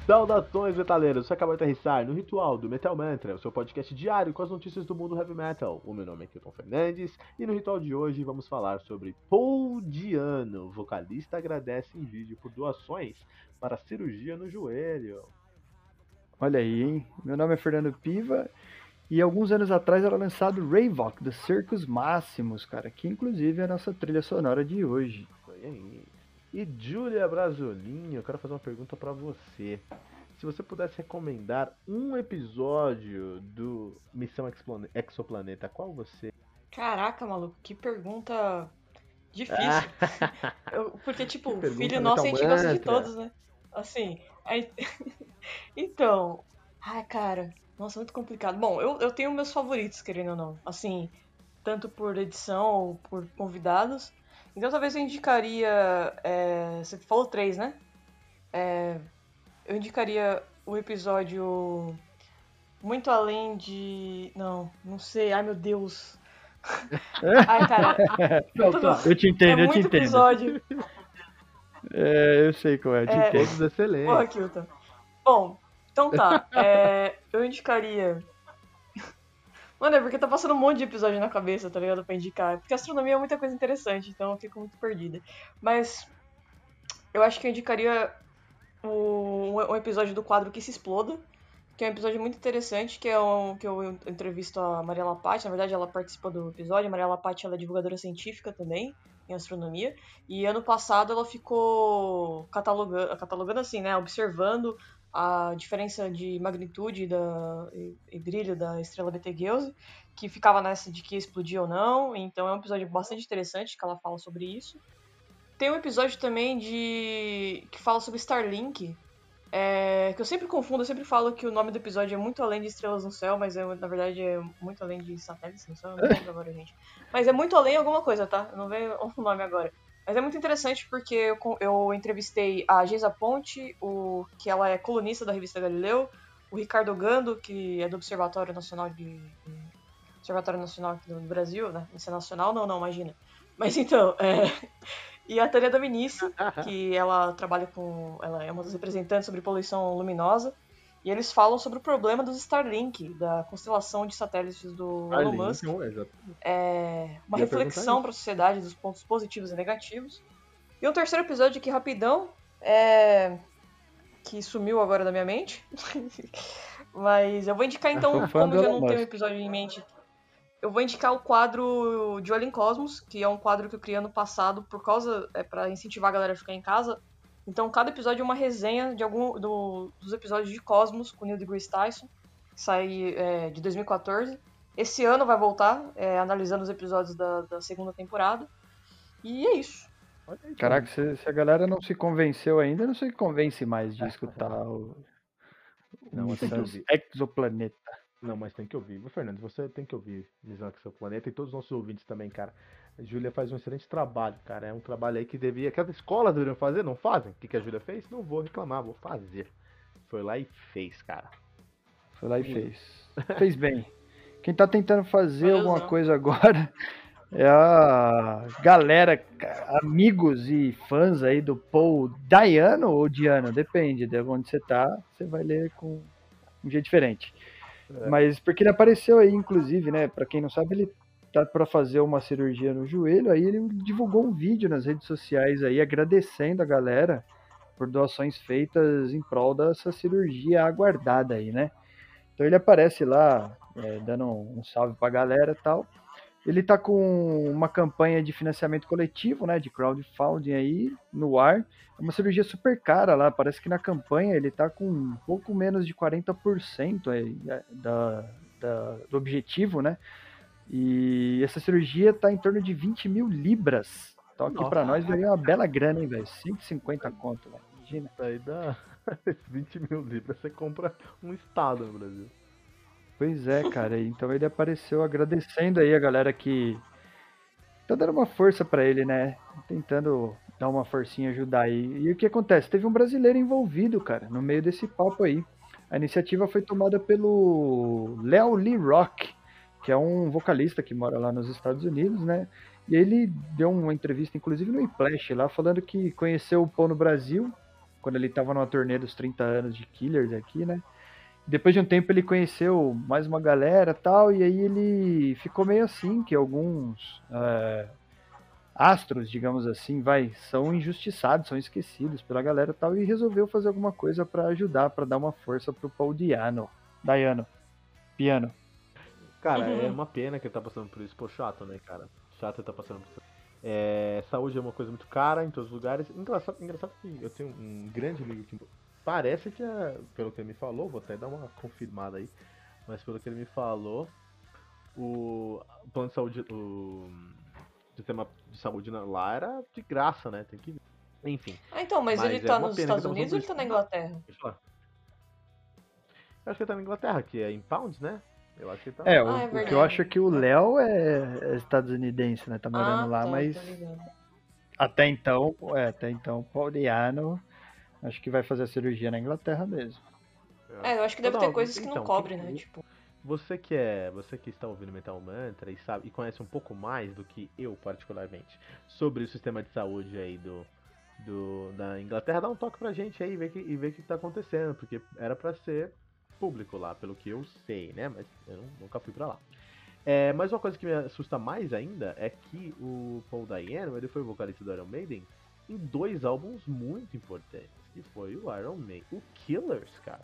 Saudações, metaleiros! Você acabou de aterrissar no Ritual do Metal Mantra, o seu podcast diário com as notícias do mundo heavy metal. O meu nome é Kilton Fernandes e no ritual de hoje vamos falar sobre Paul Di'Anno. Vocalista agradece em vídeo por doações para cirurgia no joelho. Olha aí, hein? Meu nome é Fernando Piva e alguns anos atrás era lançado Ravok, do Circus Maximus, cara, que inclusive é a nossa trilha sonora de hoje. Foi aí. E Júlia Brasolinho, eu quero fazer uma pergunta para você. Se você pudesse recomendar um episódio do Missão Exoplaneta, qual você? Caraca, maluco, que pergunta difícil. Porque, tipo, Que pergunta filho nosso a gente gosta de Metal Mantra. todos, né? Assim, aí... Então, ai, cara, nossa, muito complicado. Bom, eu tenho meus favoritos, querendo ou não. Assim, tanto por edição ou por convidados. Então, talvez eu indicaria. Você falou três, né? Eu indicaria o episódio Muito Além de. Não sei, ai meu Deus. Ai, cara, Eu te entendo, é eu te muito entendo. episódio. Eu sei qual é, eu te É. entendo. Todos excelentes. Porra, Kilton. Bom, então tá. Eu indicaria. Mano, é porque tá passando um monte de episódio na cabeça, tá ligado? Pra indicar. Porque astronomia é muita coisa interessante, então eu fico muito perdida. Mas eu acho que eu indicaria um episódio do quadro Que Se Exploda, que é um episódio muito interessante, que eu entrevisto a Maria Lapati. Na verdade, ela participou do episódio. A Maria Lapati, ela é divulgadora científica também, em astronomia. E ano passado ela ficou catalogando assim, né? Observando a diferença de magnitude e brilho da estrela Betelgeuse, que ficava nessa de que ia explodir ou não. Então é um episódio bastante interessante, que ela fala sobre isso. Tem um episódio também que fala sobre Starlink, que eu sempre confundo, eu sempre falo que o nome do episódio é Muito Além de Estrelas no Céu, mas na verdade é Muito Além de Satélites no Céu, eu não lembro agora, gente. Mas é Muito Além alguma coisa, tá? Eu não vejo o nome agora. Mas é muito interessante porque eu entrevistei a Geisa Ponte, que ela é colunista da revista Galileu, o Ricardo Gando, que é do Observatório Nacional aqui do Brasil, né? Isso é nacional? Não, imagina. Mas então, e a Tânia Dominici, que ela trabalha ela é uma das representantes sobre poluição luminosa. E eles falam sobre o problema dos Starlink, da constelação de satélites do Elon Musk. Uma reflexão para a sociedade dos pontos positivos e negativos. E um terceiro episódio aqui rapidão, que sumiu agora da minha mente. Mas eu vou indicar então, como eu já não tenho um episódio em mente, eu vou indicar o quadro de Olho em Cosmos, que é um quadro que eu criei ano passado para incentivar a galera a ficar em casa. Então, cada episódio é uma resenha de dos episódios de Cosmos com Neil deGrasse Tyson, que sai de 2014. Esse ano vai voltar, analisando os episódios da segunda temporada. E é isso. Caraca, se a galera não se convenceu ainda, não se convence mais de escutar o Missão Exoplaneta. Não, mas tem que ouvir. Fernando, você tem que ouvir Missão Exoplaneta e todos os nossos ouvintes também, cara. A Júlia faz um excelente trabalho, cara. É um trabalho aí que as escolas deveriam fazer, não fazem? O que a Júlia fez? Não vou reclamar, vou fazer. Foi lá e fez, cara. Foi lá e fez. Fez bem. Quem tá tentando fazer alguma coisa agora é a galera, amigos e fãs aí do Paul Di'Anno ou Di'Anno, depende de onde você tá, você vai ler com um jeito diferente. Mas porque ele apareceu aí, inclusive, né? Pra quem não sabe, ele tá pra fazer uma cirurgia no joelho, aí ele divulgou um vídeo nas redes sociais aí, agradecendo a galera por doações feitas em prol dessa cirurgia aguardada aí, né? Então ele aparece lá, dando um salve pra galera e tal. Ele tá com uma campanha de financiamento coletivo, né, de crowdfunding aí no ar. É uma cirurgia super cara lá, parece que na campanha ele tá com um pouco menos de 40% aí do objetivo, né? E essa cirurgia tá em torno de 20 mil libras. Então aqui pra nós daria uma bela grana, hein, velho? 150 conto, velho. Imagina. Aí dá 20 mil libras, você compra um estado no Brasil. Pois é, cara. Então ele apareceu agradecendo aí a galera que tá dando uma força pra ele, né? Tentando dar uma forcinha, ajudar aí. E o que acontece? Teve um brasileiro envolvido, cara, no meio desse papo aí. A iniciativa foi tomada pelo Léo Lee Rock, que é um vocalista que mora lá nos Estados Unidos, né? E ele deu uma entrevista, inclusive no Whiplash lá, falando que conheceu o Paul no Brasil quando ele tava numa turnê dos 30 anos de Killers aqui, né? Depois de um tempo ele conheceu mais uma galera e tal, e aí ele ficou meio assim, que alguns astros, digamos assim, são injustiçados, são esquecidos pela galera e tal, e resolveu fazer alguma coisa pra ajudar, pra dar uma força pro Paul Diano. Piano. Cara, é uma pena que ele tá passando por isso. Pô, chato, né, cara? Chato ele tá passando por isso. Saúde é uma coisa muito cara em todos os lugares. Engraçado que eu tenho um grande amigo que parece que, pelo que ele me falou, vou até dar uma confirmada aí, mas pelo que ele me falou, o plano de saúde, o sistema de saúde lá era de graça, né? Tem que ver. Enfim. Então, mas ele tá nos Estados Unidos ou ele tá na Inglaterra? Deixa eu falar. Eu acho que ele tá na Inglaterra, que é em pounds, né? Eu acho que ele tá o que eu acho é que o Léo é estadunidense, né? Tá morando lá, mas até então, Paul Diano acho que vai fazer a cirurgia na Inglaterra mesmo. Eu acho que deve ter coisas que não cobre, né? Tipo... Você que está ouvindo Metal Mantra e sabe e conhece um pouco mais do que eu particularmente sobre o sistema de saúde aí da Inglaterra, dá um toque pra gente aí e vê o que tá acontecendo, porque era pra ser público lá, pelo que eu sei, né? Mas eu nunca fui pra lá. Mas uma coisa que me assusta mais ainda é que o Paul Diano, ele foi vocalista do Iron Maiden em 2 álbuns muito importantes, que foi o Iron Maiden, o Killers, cara.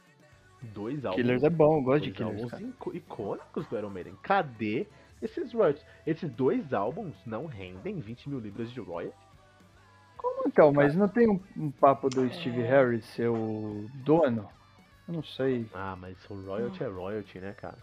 2 álbuns. Killers é bom, eu gosto de Killers. 2 álbuns icônicos do Iron Maiden. Cadê esses royalties? Esses 2 álbuns não rendem 20 mil libras de royalties? Como então? Mas não tem um papo do Steve Harris ser o dono? Eu não sei. Ah, mas o royalty é royalty, né, cara?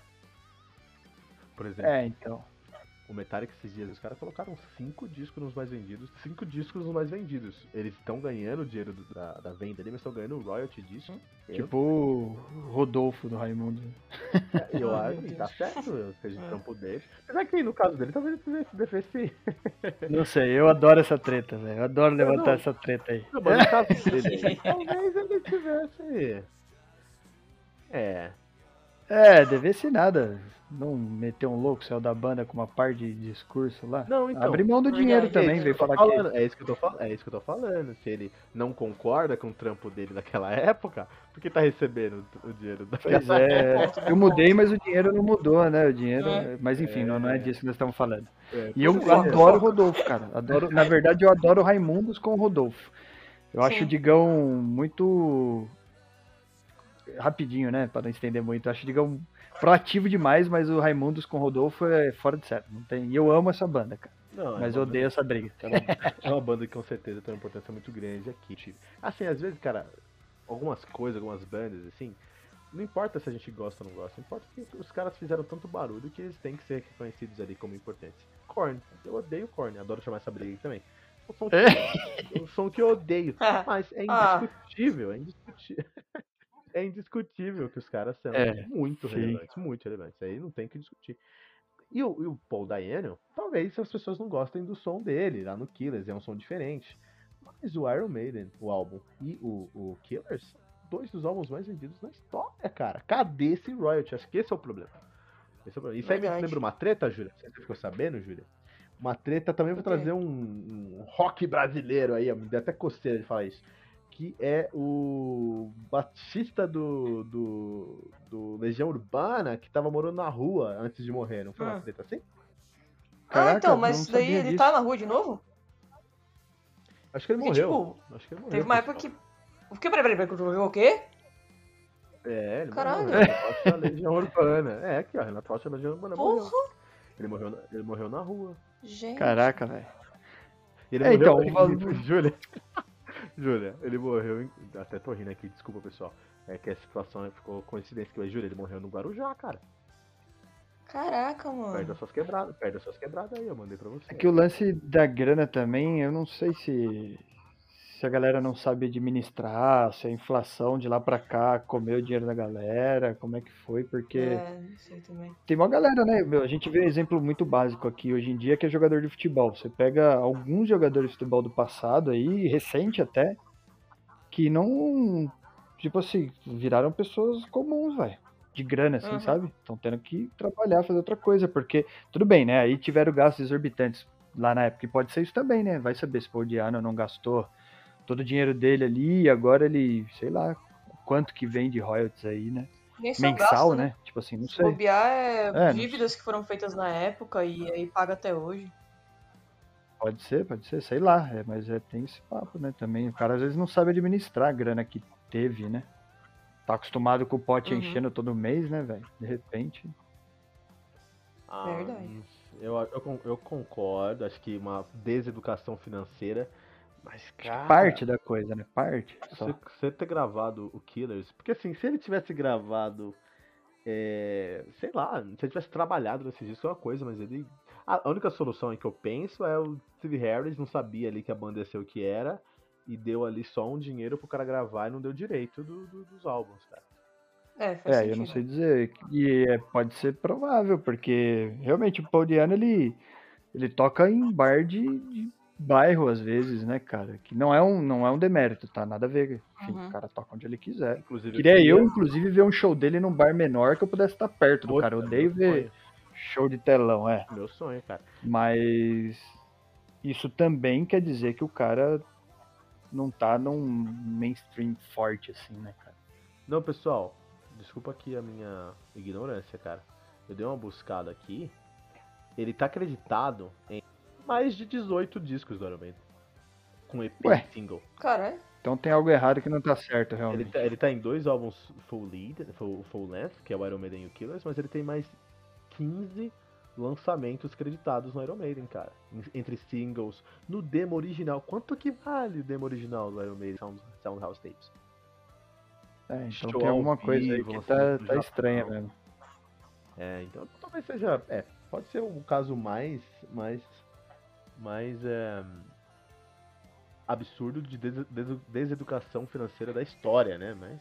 Por exemplo. Então. O Metallica esses dias, os caras colocaram 5 discos nos mais vendidos. 5 discos nos mais vendidos. Eles estão ganhando o dinheiro da venda ali, mas estão ganhando o royalty disso. Tipo o Rodolfo do Raimundo. Eu acho que tá certo, seja de trampo dele. Apesar que no caso dele, talvez ele se defesse. Não sei, eu adoro essa treta, velho. Eu adoro levantar essa treta aí. Não, mas no caso dele, talvez ele tivesse. Devesse nada. Não meter um louco, saiu da banda com uma par de discurso lá. Não, então. Abrir mão do dinheiro também, veio falar que... É isso que eu tô falando. Se ele não concorda com o trampo dele daquela época, por que tá recebendo o dinheiro daquela época? Eu mudei, mas o dinheiro não mudou, né? O dinheiro... Mas enfim, não é disso que nós estamos falando. E eu adoro o Rodolfo, cara. Na verdade, eu adoro o Raimundos com o Rodolfo. Eu acho o Digão muito... Rapidinho, né? Pra não estender muito. Eu acho o Digão proativo demais, mas o Raimundos com o Rodolfo é fora de série. Não tem... E eu amo essa banda, cara. Mas eu odeio essa briga. É uma banda que com certeza tem uma importância muito grande aqui. Assim, às vezes, cara, algumas bandas, assim, não importa se a gente gosta ou não gosta, importa que os caras fizeram tanto barulho que eles têm que ser reconhecidos ali como importantes. Korn, eu odeio Korn, adoro chamar essa briga aqui também. O som que eu odeio, mas é indiscutível, é indiscutível que os caras são muito relevantes, isso aí não tem que discutir. E o Paul Diano, talvez as pessoas não gostem do som dele, lá no Killers, é um som diferente. Mas o Iron Maiden, o álbum, e o Killers, 2 dos álbuns mais vendidos na história, cara. Cadê esse royalty? Acho que esse é o problema. Isso aí me lembra uma treta, Júlia? Você ficou sabendo, Júlia? Uma treta, também vou trazer um rock brasileiro aí, me dá até coceira de falar isso. Que é o baixista do Legião Urbana, que tava morando na rua antes de morrer, não foi uma treta assim? Caraca, então, mas daí ele disso. Tá na rua de novo? Acho que ele morreu. Acho que ele morreu. Teve uma época que... Peraí, o quê? Ele Caralho. morreu. Renato Rocha da Legião Urbana. Aqui, ó, Renato Rocha da Legião Urbana morreu. Ele morreu na rua. Gente. Caraca, velho. Júlia, ele morreu até tô rindo aqui, desculpa pessoal. É que a situação ficou coincidência que o Júlia, ele morreu no Guarujá, cara. Caraca, mano. Perde as suas quebradas aí, eu mandei pra você. É que o lance da grana também, eu não sei se a galera não sabe administrar, se a inflação de lá pra cá comeu o dinheiro da galera, como é que foi, porque não sei também. Tem uma galera, né? A gente vê um exemplo muito básico aqui hoje em dia, que é jogador de futebol. Você pega alguns jogadores de futebol do passado aí, recente até, que não, tipo assim, viraram pessoas comuns, velho. De grana, assim, sabe? Estão tendo que trabalhar, fazer outra coisa, porque, tudo bem, né? Aí tiveram gastos exorbitantes lá na época, e pode ser isso também, né? Vai saber se o Paul Diano não gastou todo o dinheiro dele ali, e agora ele, sei lá, quanto que vem de royalties aí, né? Mensal, gasto, né? Tipo assim, não Se sei. bobear dívidas que foram feitas na época e aí paga até hoje. Pode ser, sei lá, mas tem esse papo, né, também. O cara às vezes não sabe administrar a grana que teve, né? Tá acostumado com o pote enchendo todo mês, né, velho? De repente... Verdade. Eu concordo, acho que uma deseducação financeira, mas, cara... Parte da coisa, né? Parte. Você ter gravado o Killers... Porque, assim, se ele tivesse gravado... sei lá, se ele tivesse trabalhado nesse disco é uma coisa, mas ele... A única solução que eu penso é o Steve Harris não sabia ali que a banda ia ser o que era e deu ali só um dinheiro pro cara gravar e não deu direito dos álbuns, cara. Faz sentido. Eu não sei dizer. E pode ser provável, porque realmente o Paul Diano, ele toca em bar de bairro às vezes, né, cara? Que não é um demérito, tá? Nada a ver. Enfim, o cara toca onde ele quiser. Inclusive, Queria eu, inclusive, ver um show dele num bar menor que eu pudesse estar perto do cara. Eu odeio ver show de telão, Meu sonho, cara. Mas isso também quer dizer que o cara não tá num mainstream forte assim, né, cara? Não, pessoal, desculpa aqui a minha ignorância, cara. Eu dei uma buscada aqui. Ele tá acreditado em mais de 18 discos do Iron Maiden. Com EP e single. Caralho. Então tem algo errado que não tá certo, realmente. Ele tá em 2 álbuns full length, que é o Iron Maiden e o Killers, mas ele tem mais 15 lançamentos creditados no Iron Maiden, cara. Entre singles, no demo original. Quanto que vale o demo original do Iron Maiden Soundhouse Tapes? Então Show tem alguma ao coisa aí vivo, que tá estranha mesmo. Então talvez seja... pode ser um caso mais absurdo de deseducação financeira da história, né? Mas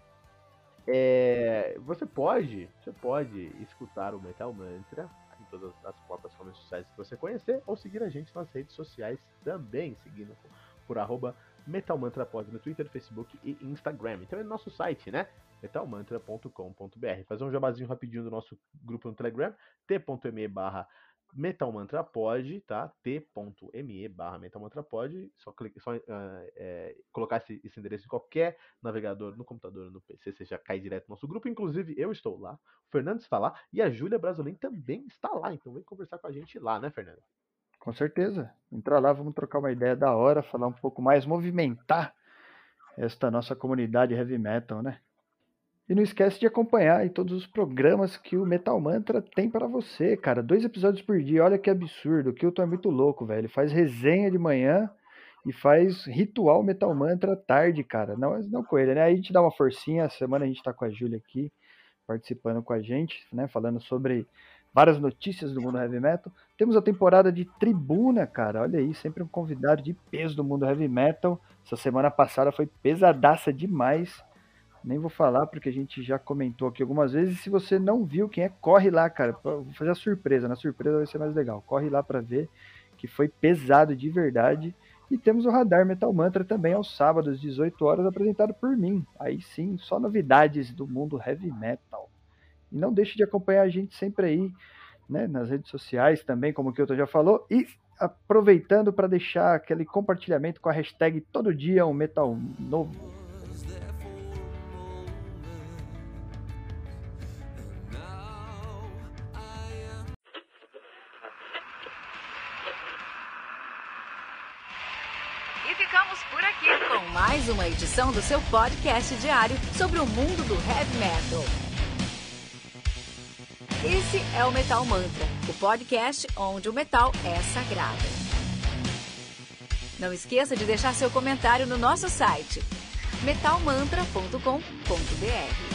você pode escutar o Metal Mantra em todas as plataformas sociais que você conhecer, ou seguir a gente nas redes sociais também, seguindo por @metalmantrapod no Twitter, Facebook e Instagram. Então é no nosso site, né? metalmantra.com.br. Fazer um jabazinho rapidinho do nosso grupo no Telegram, t.me/metalmantrapod, tá? t.me/metalmantrapod. Só colocar esse endereço em qualquer navegador, no computador, no PC, você já cai direto no nosso grupo. Inclusive, eu estou lá, o Fernando está lá e a Júlia Brasolin também está lá. Então vem conversar com a gente lá, né, Fernando? Com certeza. Entra lá, vamos trocar uma ideia da hora, falar um pouco mais, movimentar esta nossa comunidade heavy metal, né? E não esquece de acompanhar aí todos os programas que o Metal Mantra tem para você, cara. 2 episódios por dia, olha que absurdo. O Kilton é muito louco, velho. Ele faz resenha de manhã e faz ritual Metal Mantra à tarde, cara. Não com ele, né? Aí a gente dá uma forcinha. A semana a gente tá com a Júlia aqui, participando com a gente, né? Falando sobre várias notícias do mundo heavy metal. Temos a temporada de Tribuna, cara. Olha aí, sempre um convidado de peso do mundo heavy metal. Essa semana passada foi pesadaça demais. Nem vou falar porque a gente já comentou aqui algumas vezes. Se você não viu quem é, corre lá, cara. Vou fazer a surpresa. Na surpresa vai ser mais legal. Corre lá para ver que foi pesado de verdade. E temos o Radar Metal Mantra também aos sábados, 18 horas, apresentado por mim. Aí sim, só novidades do mundo heavy metal. E não deixe de acompanhar a gente sempre aí, né, nas redes sociais também, como o Kilton já falou. E aproveitando para deixar aquele compartilhamento com a hashtag todo dia um metal novo. E ficamos por aqui com mais uma edição do seu podcast diário sobre o mundo do heavy metal. Esse é o Metal Mantra, o podcast onde o metal é sagrado. Não esqueça de deixar seu comentário no nosso site metalmantra.com.br.